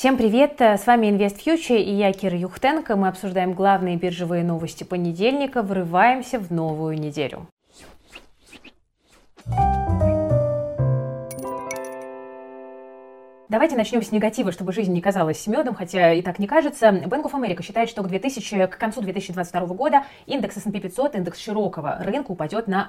Всем привет! С вами InvestFuture и я, Кира Юхтенко. Мы обсуждаем главные биржевые новости понедельника, врываемся в новую неделю. Давайте начнем с негатива, чтобы жизнь не казалась медом, хотя и так не кажется. Bank of America считает, что к концу 2022 года индекс S&P 500, индекс широкого рынка, упадет на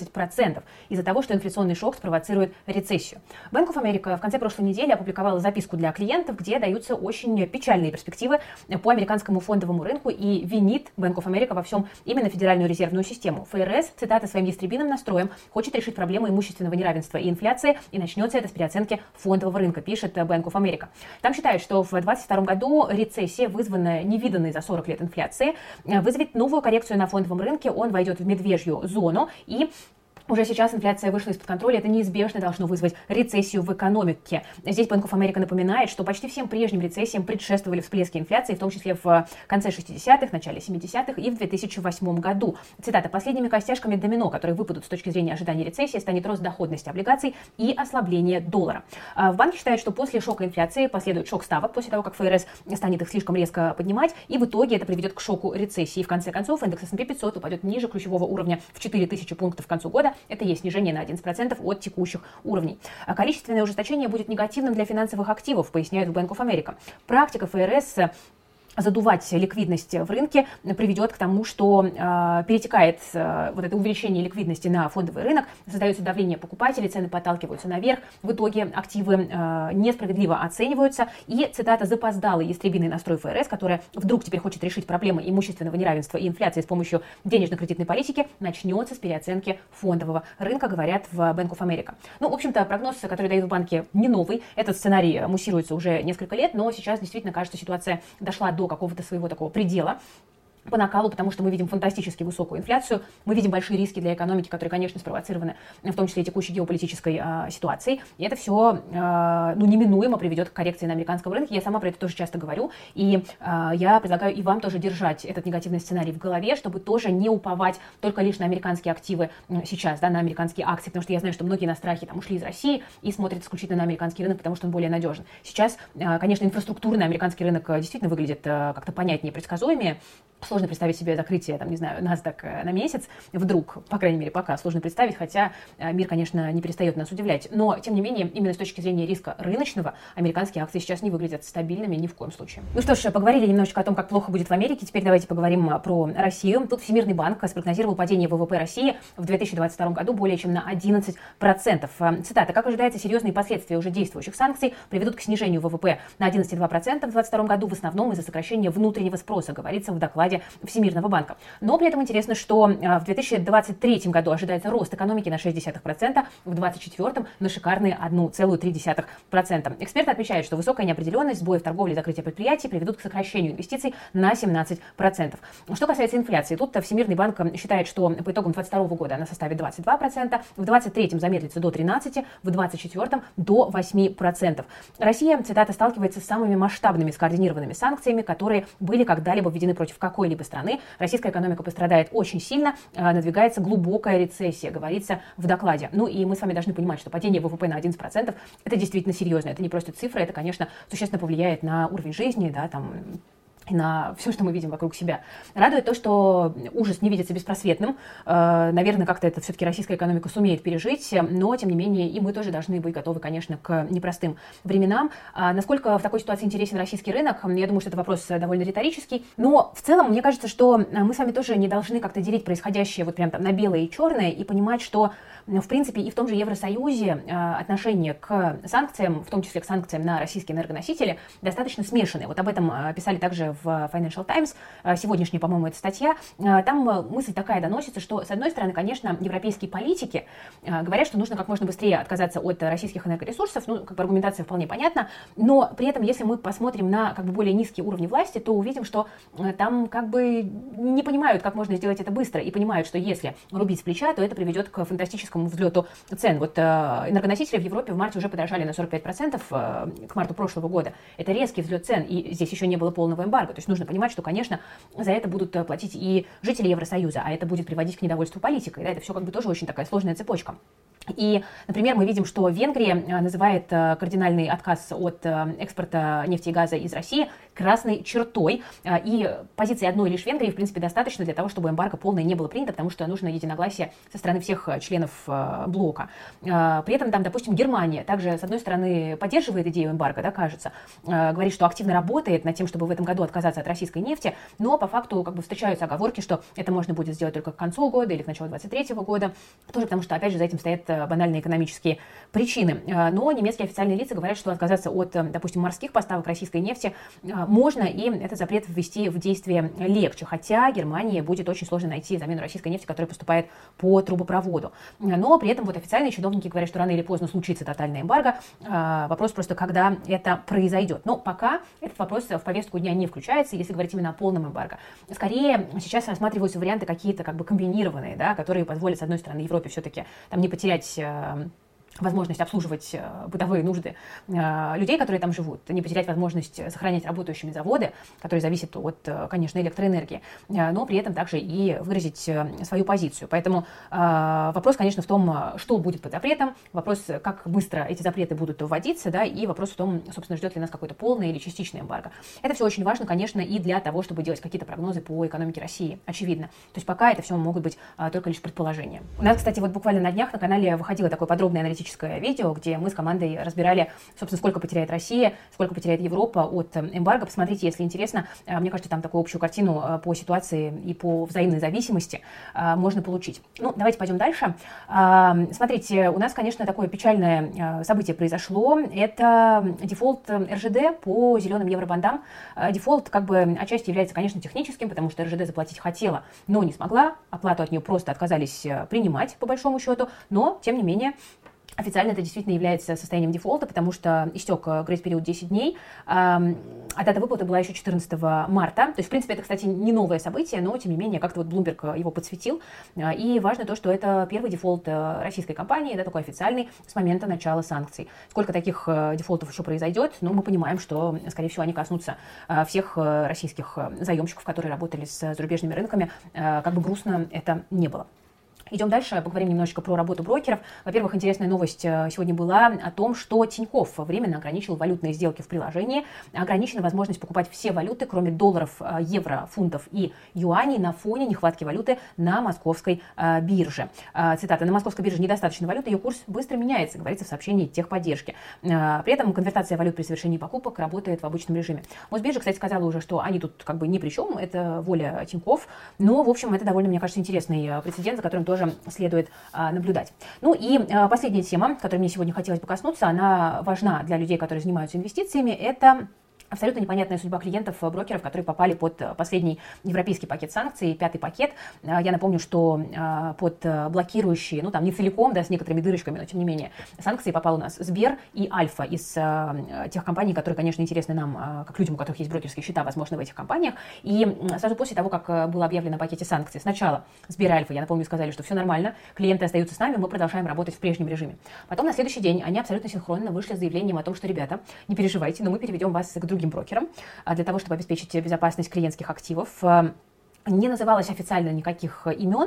11% из-за того, что инфляционный шок спровоцирует рецессию. Bank of America в конце прошлой недели опубликовала записку для клиентов, где даются очень печальные перспективы по американскому фондовому рынку и винит Bank of America во всем именно Федеральную резервную систему. ФРС, цитата, своим ястребиным настроем хочет решить проблему имущественного неравенства и инфляции, и начнется это с переоценки фондового рынка, пишет Bank of America. Там считают, что в 2022 году рецессия, вызванная невиданной за 40 лет инфляцией, вызовет новую коррекцию на фондовом рынке, он войдет в медвежью зону, и уже сейчас инфляция вышла из-под контроля, это неизбежно должно вызвать рецессию в экономике. Здесь Bank of America напоминает, что почти всем прежним рецессиям предшествовали всплески инфляции, в том числе в конце 60-х, начале 70-х и в 2008 году. Цитата: «Последними костяшками домино, которые выпадут с точки зрения ожидания рецессии, станет рост доходности облигаций и ослабление доллара». В банке считают, что после шока инфляции последует шок ставок, после того, как ФРС станет их слишком резко поднимать, и в итоге это приведет к шоку рецессии. И в конце концов индекс S&P 500 упадет ниже ключевого уровня в 4000 пунктов к концу года. Это есть снижение на 11% от текущих уровней. Количественное ужесточение будет негативным для финансовых активов, поясняют в Bank of America. Практика ФРС задувать ликвидность в рынке приведет к тому, что перетекает вот это увеличение ликвидности на фондовый рынок, создается давление покупателей, цены подталкиваются наверх, в итоге активы несправедливо оцениваются, и, цитата, «запоздалый ястребиный настрой ФРС, которая вдруг теперь хочет решить проблемы имущественного неравенства и инфляции с помощью денежно-кредитной политики, начнется с переоценки фондового рынка», говорят в Bank of America. Ну, в общем-то, прогноз, который дают в банке, не новый, этот сценарий муссируется уже несколько лет, но сейчас действительно кажется, ситуация дошла до какого-то своего такого предела по накалу, потому что мы видим фантастически высокую инфляцию, мы видим большие риски для экономики, которые, конечно, спровоцированы в том числе и текущей геополитической ситуацией, и это все неминуемо приведет к коррекции на американском рынке. Я сама про это тоже часто говорю, и я предлагаю и вам тоже держать этот негативный сценарий в голове, чтобы тоже не уповать только лишь на американские активы сейчас, да, на американские акции, потому что я знаю, что многие на страхе там ушли из России и смотрят исключительно на американский рынок, потому что он более надежен. Сейчас, конечно, инфраструктурный американский рынок действительно выглядит как-то понятнее, предсказуемее. Сложно представить себе закрытие, там, не знаю, NASDAQ на месяц вдруг, по крайней мере, пока сложно представить, хотя мир, конечно, не перестает нас удивлять. Но, тем не менее, именно с точки зрения риска рыночного, американские акции сейчас не выглядят стабильными ни в коем случае. Ну что ж, поговорили немножечко о том, как плохо будет в Америке. Теперь давайте поговорим про Россию. Тут Всемирный банк спрогнозировал падение ВВП России в 2022 году более чем на 11%. Цитата: «Как ожидается, серьезные последствия уже действующих санкций приведут к снижению ВВП на 11,2% в 2022 году, в основном из-за сокращения внутреннего спроса», говорится в докладе Всемирного банка. Но при этом интересно, что в 2023 году ожидается рост экономики на 0,6%, в 2024 на шикарные 1,3%. Эксперты отмечают, что высокая неопределенность, сбои в торговле и закрытие предприятий приведут к сокращению инвестиций на 17%. Что касается инфляции, тут Всемирный банк считает, что по итогам 2022 года она составит 22%, в 2023 замедлится до 13%, в 2024 до 8%. Россия, цитата, «сталкивается с самыми масштабными скоординированными санкциями, которые были когда-либо введены против какой-либо страны. Российская экономика пострадает очень сильно, надвигается глубокая рецессия», говорится в докладе. Ну и мы с вами должны понимать, что падение ВВП на 11% это действительно серьезно, это не просто цифра, это, конечно, существенно повлияет на уровень жизни, да, там, и на все, что мы видим вокруг себя. Радует то, что ужас не видится беспросветным. Наверное, как-то это все-таки российская экономика сумеет пережить, но, тем не менее, и мы тоже должны быть готовы, конечно, к непростым временам. Насколько в такой ситуации интересен российский рынок, я думаю, что это вопрос довольно риторический. Но в целом, мне кажется, что мы с вами тоже не должны как-то делить происходящее вот прям там на белое и черное и понимать, что, в принципе, и в том же Евросоюзе отношение к санкциям, в том числе к санкциям на российские энергоносители, достаточно смешанные. Вот об этом писали также в Financial Times, сегодняшняя, по-моему, эта статья. Там мысль такая доносится, что, с одной стороны, конечно, европейские политики говорят, что нужно как можно быстрее отказаться от российских энергоресурсов, ну, как бы аргументация вполне понятна, но при этом, если мы посмотрим на как бы более низкие уровни власти, то увидим, что там как бы не понимают, как можно сделать это быстро, и понимают, что если рубить с плеча, то это приведет к фантастическому взлету цен. Вот энергоносители в Европе в марте уже подорожали на 45% к марту прошлого года. Это резкий взлет цен, и здесь еще не было полного эмбарго. То есть нужно понимать, что, конечно, за это будут платить и жители Евросоюза, а это будет приводить к недовольству политикой. Да, это все как бы тоже очень такая сложная цепочка. И, например, мы видим, что Венгрия называет кардинальный отказ от экспорта нефти и газа из России красной чертой. И позиции одной лишь Венгрии, в принципе, достаточно для того, чтобы эмбарго полное не было принято, потому что нужно единогласие со стороны всех членов блока. При этом, там, допустим, Германия также, с одной стороны, поддерживает идею эмбарго, да, кажется, говорит, что активно работает над тем, чтобы в этом году отказаться от российской нефти, но по факту как бы встречаются оговорки, что это можно будет сделать только к концу года или к началу 2023 года, тоже потому что, опять же, за этим стоят банальные экономические причины. Но немецкие официальные лица говорят, что отказаться от, допустим, морских поставок российской нефти можно, и этот запрет ввести в действие легче, хотя Германии будет очень сложно найти замену российской нефти, которая поступает по трубопроводу. Но при этом вот официальные чиновники говорят, что рано или поздно случится тотальное эмбарго. Вопрос просто, когда это произойдет. Но пока этот вопрос в повестку дня не включается, если говорить именно о полном эмбарго. Скорее, сейчас рассматриваются варианты какие-то как бы комбинированные, да, которые позволят, с одной стороны, Европе все-таки там не потерять возможность обслуживать бытовые нужды людей, которые там живут, не потерять возможность сохранять работающими заводы, которые зависят от, конечно, электроэнергии, но при этом также и выразить свою позицию. Поэтому вопрос, конечно, в том, что будет под запретом, вопрос, как быстро эти запреты будут вводиться, да, и вопрос в том, собственно, ждет ли нас какое-то полное или частичное эмбарго. Это все очень важно, конечно, и для того, чтобы делать какие-то прогнозы по экономике России, очевидно. То есть пока это все могут быть только лишь предположения. У нас, кстати, вот буквально на днях на канале выходило такое подробное аналитическое видео, где мы с командой разбирали, собственно, сколько потеряет Россия, сколько потеряет Европа от эмбарго. Посмотрите, если интересно. Мне кажется, там такую общую картину по ситуации и по взаимной зависимости можно получить. Ну, давайте пойдем дальше. Смотрите, у нас, конечно, такое печальное событие произошло. Это дефолт РЖД по зеленым евробандам. Дефолт как бы отчасти является, конечно, техническим, потому что РЖД заплатить хотела, но не смогла. Оплату от нее просто отказались принимать, по большому счету. Но, тем не менее, официально это действительно является состоянием дефолта, потому что истек грейс-период 10 дней, а дата выплаты была еще 14 марта. То есть, в принципе, это, кстати, не новое событие, но, тем не менее, как-то вот Bloomberg его подсветил. И важно то, что это первый дефолт российской компании, да, такой официальный, с момента начала санкций. Сколько таких дефолтов еще произойдет, но мы понимаем, что, скорее всего, они коснутся всех российских заемщиков, которые работали с зарубежными рынками, как бы грустно это не было. Идем дальше, поговорим немножечко про работу брокеров. Во-первых, интересная новость сегодня была о том, что Тинькофф временно ограничил валютные сделки в приложении. Ограничена возможность покупать все валюты, кроме долларов, евро, фунтов и юаней, на фоне нехватки валюты на московской бирже. Цитата: «На московской бирже недостаточно валюты, ее курс быстро меняется», говорится в сообщении техподдержки. При этом конвертация валют при совершении покупок работает в обычном режиме. Мосбиржа, кстати, сказала уже, что они тут как бы ни при чем, это воля Тинькофф. Но, в общем, это довольно, мне кажется, интересный прецедент, за которым тоже следует наблюдать. Ну и последняя тема, которой мне сегодня хотелось бы коснуться, она важна для людей, которые занимаются инвестициями, это абсолютно непонятная судьба клиентов брокеров, которые попали под последний европейский пакет санкций, 5-й пакет. Я напомню, что под блокирующие, ну там не целиком, да, с некоторыми дырочками, но тем не менее, санкции попал у нас Сбер и Альфа из тех компаний, которые, конечно, интересны нам, как людям, у которых есть брокерские счета, возможно, в этих компаниях. И сразу после того, как было объявлено о пакете санкций, сначала Сбер и Альфа, я напомню, сказали, что все нормально, клиенты остаются с нами, мы продолжаем работать в прежнем режиме. Потом на следующий день они абсолютно синхронно вышли с заявлением о том, что, ребята, не переживайте, но мы переведем вас к другим брокерам для того, чтобы обеспечить безопасность клиентских активов. Не называлось официально никаких имен,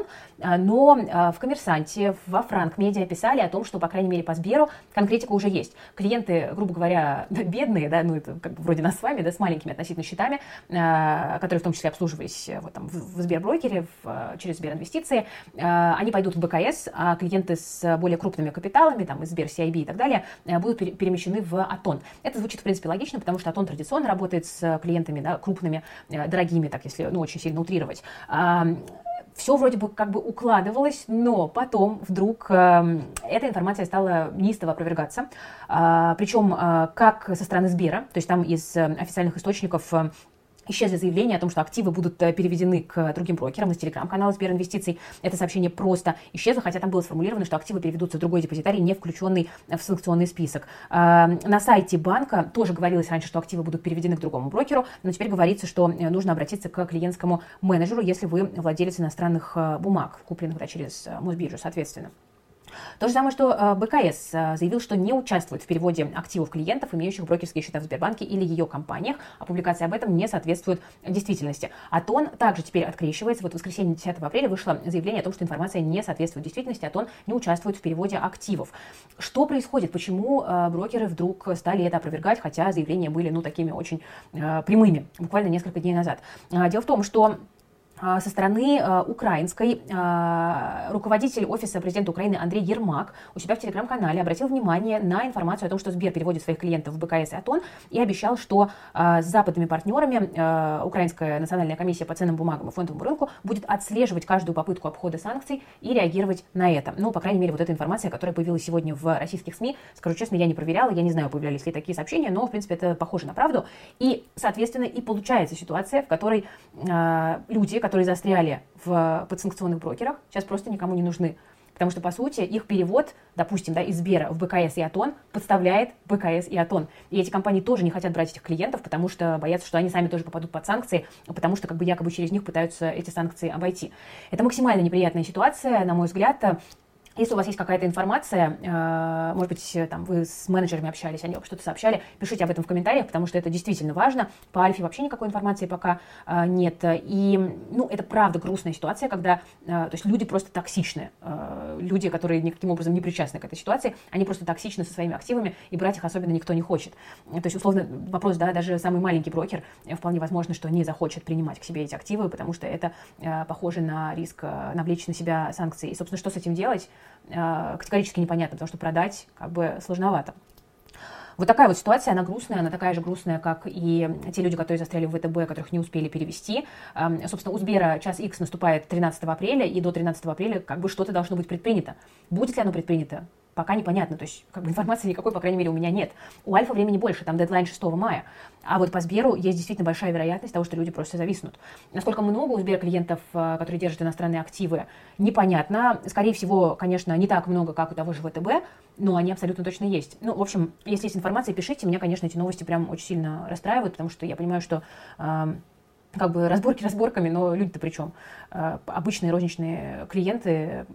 но в «Коммерсанте», во «Франк-Медиа» писали о том, что, по крайней мере, по Сберу конкретика уже есть. Клиенты, грубо говоря, бедные, да, ну это как бы вроде нас с вами, да, с маленькими относительно счетами, которые в том числе обслуживались вот, там, в Сберброкере, через Сберинвестиции, они пойдут в БКС, а клиенты с более крупными капиталами, там, из Сбер, CIB и так далее, будут перемещены в Атон. Это звучит, в принципе, логично, потому что Атон традиционно работает с клиентами, да, крупными, дорогими, так если, ну, очень сильно утрировать. Все вроде бы как бы укладывалось, но потом вдруг эта информация стала неистово опровергаться, причем как со стороны Сбера, то есть там из официальных источников исчезли заявления о том, что активы будут переведены к другим брокерам из телеграм-канала Сберинвестиций. Это сообщение просто исчезло, хотя там было сформулировано, что активы переведутся в другой депозитарий, не включенный в санкционный список. На сайте банка тоже говорилось раньше, что активы будут переведены к другому брокеру, но теперь говорится, что нужно обратиться к клиентскому менеджеру, если вы владелец иностранных бумаг, купленных, да, через Мосбиржу, соответственно. То же самое, что БКС заявил, что не участвует в переводе активов клиентов, имеющих брокерские счета в Сбербанке или ее компаниях, а публикация об этом не соответствует действительности. Атон также теперь открещивается. Вот в воскресенье 10 апреля вышло заявление о том, что информация не соответствует действительности, Атон не участвует в переводе активов. Что происходит? Почему брокеры вдруг стали это опровергать, хотя заявления были, такими очень прямыми, буквально несколько дней назад? Дело в том, что со стороны украинской руководитель офиса президента Украины Андрей Ермак у себя в телеграм-канале обратил внимание на информацию о том, что Сбер переводит своих клиентов в БКС и Атон, и обещал, что с западными партнерами Украинская национальная комиссия по ценным бумагам и фондовому рынку будет отслеживать каждую попытку обхода санкций и реагировать на это. По крайней мере, вот эта информация, которая появилась сегодня в российских СМИ, скажу честно, я не проверяла, я не знаю, появлялись ли такие сообщения, но, в принципе, это похоже на правду. И, соответственно, и получается ситуация, в которой люди, которые застряли в подсанкционных брокерах, сейчас просто никому не нужны. Потому что, по сути, их перевод, допустим, из Сбера в БКС и Атон подставляет БКС и Атон. И эти компании тоже не хотят брать этих клиентов, потому что боятся, что они сами тоже попадут под санкции, потому что якобы через них пытаются эти санкции обойти. Это максимально неприятная ситуация, на мой взгляд. Если у вас есть какая-то информация, может быть, вы с менеджерами общались, они вам что-то сообщали, пишите об этом в комментариях, потому что это действительно важно. По Альфе вообще никакой информации пока нет. И, это правда грустная ситуация, когда, то есть люди просто токсичны. Люди, которые никаким образом не причастны к этой ситуации, они просто токсичны со своими активами, и брать их особенно никто не хочет. То есть, условно, вопрос, даже самый маленький брокер, вполне возможно, что не захочет принимать к себе эти активы, потому что это похоже на риск навлечь на себя санкции. И, собственно, что с этим делать? Категорически непонятно, потому что продать сложновато. Вот такая вот ситуация, она грустная, она такая же грустная, как и те люди, которые застряли в ВТБ, которых не успели перевести. Собственно, у Сбера час X наступает 13 апреля, и до 13 апреля что-то должно быть предпринято. Будет ли оно предпринято? Пока непонятно, то есть информации никакой, по крайней мере, у меня нет. У Альфа времени больше, там дедлайн 6 мая. А вот по Сберу есть действительно большая вероятность того, что люди просто зависнут. Насколько много у Сбера клиентов, которые держат иностранные активы, непонятно. Скорее всего, конечно, не так много, как у того же ВТБ, но они абсолютно точно есть. В общем, если есть информация, пишите. Меня, конечно, эти новости прям очень сильно расстраивают, потому что я понимаю, что разборки разборками, но люди-то при чем? Обычные розничные клиенты...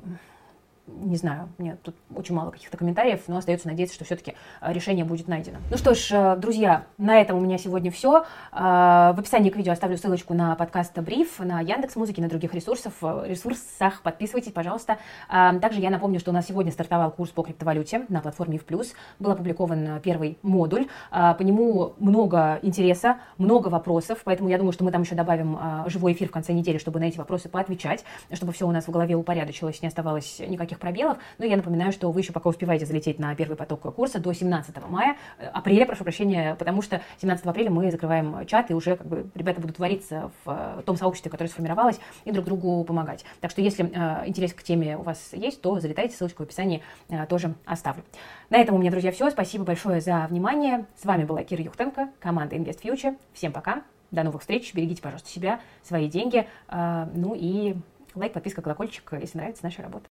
Не знаю, мне тут очень мало каких-то комментариев, но остается надеяться, что все-таки решение будет найдено. Ну что ж, друзья, на этом у меня сегодня все. В описании к видео оставлю ссылочку на подкаст Бриф, на Яндекс.Музыке, на других ресурсах. Подписывайтесь, пожалуйста. Также я напомню, что у нас сегодня стартовал курс по криптовалюте на платформе ИФ+. Был опубликован первый модуль. По нему много интереса, много вопросов, поэтому я думаю, что мы там еще добавим живой эфир в конце недели, чтобы на эти вопросы поотвечать, чтобы все у нас в голове упорядочилось, не оставалось никаких пробелов. Но я напоминаю, что вы еще пока успеваете залететь на первый поток курса до 17 апреля, прошу прощения, потому что 17 апреля мы закрываем чат, и уже ребята будут вариться в том сообществе, которое сформировалось, и друг другу помогать. Так что если интерес к теме у вас есть, то залетайте, ссылочку в описании тоже оставлю. На этом у меня, друзья, все. Спасибо большое за внимание. С вами была Кира Юхтенко, команда Invest Future. Всем пока, до новых встреч, берегите, пожалуйста, себя, свои деньги, и лайк, подписка, колокольчик, если нравится наша работа.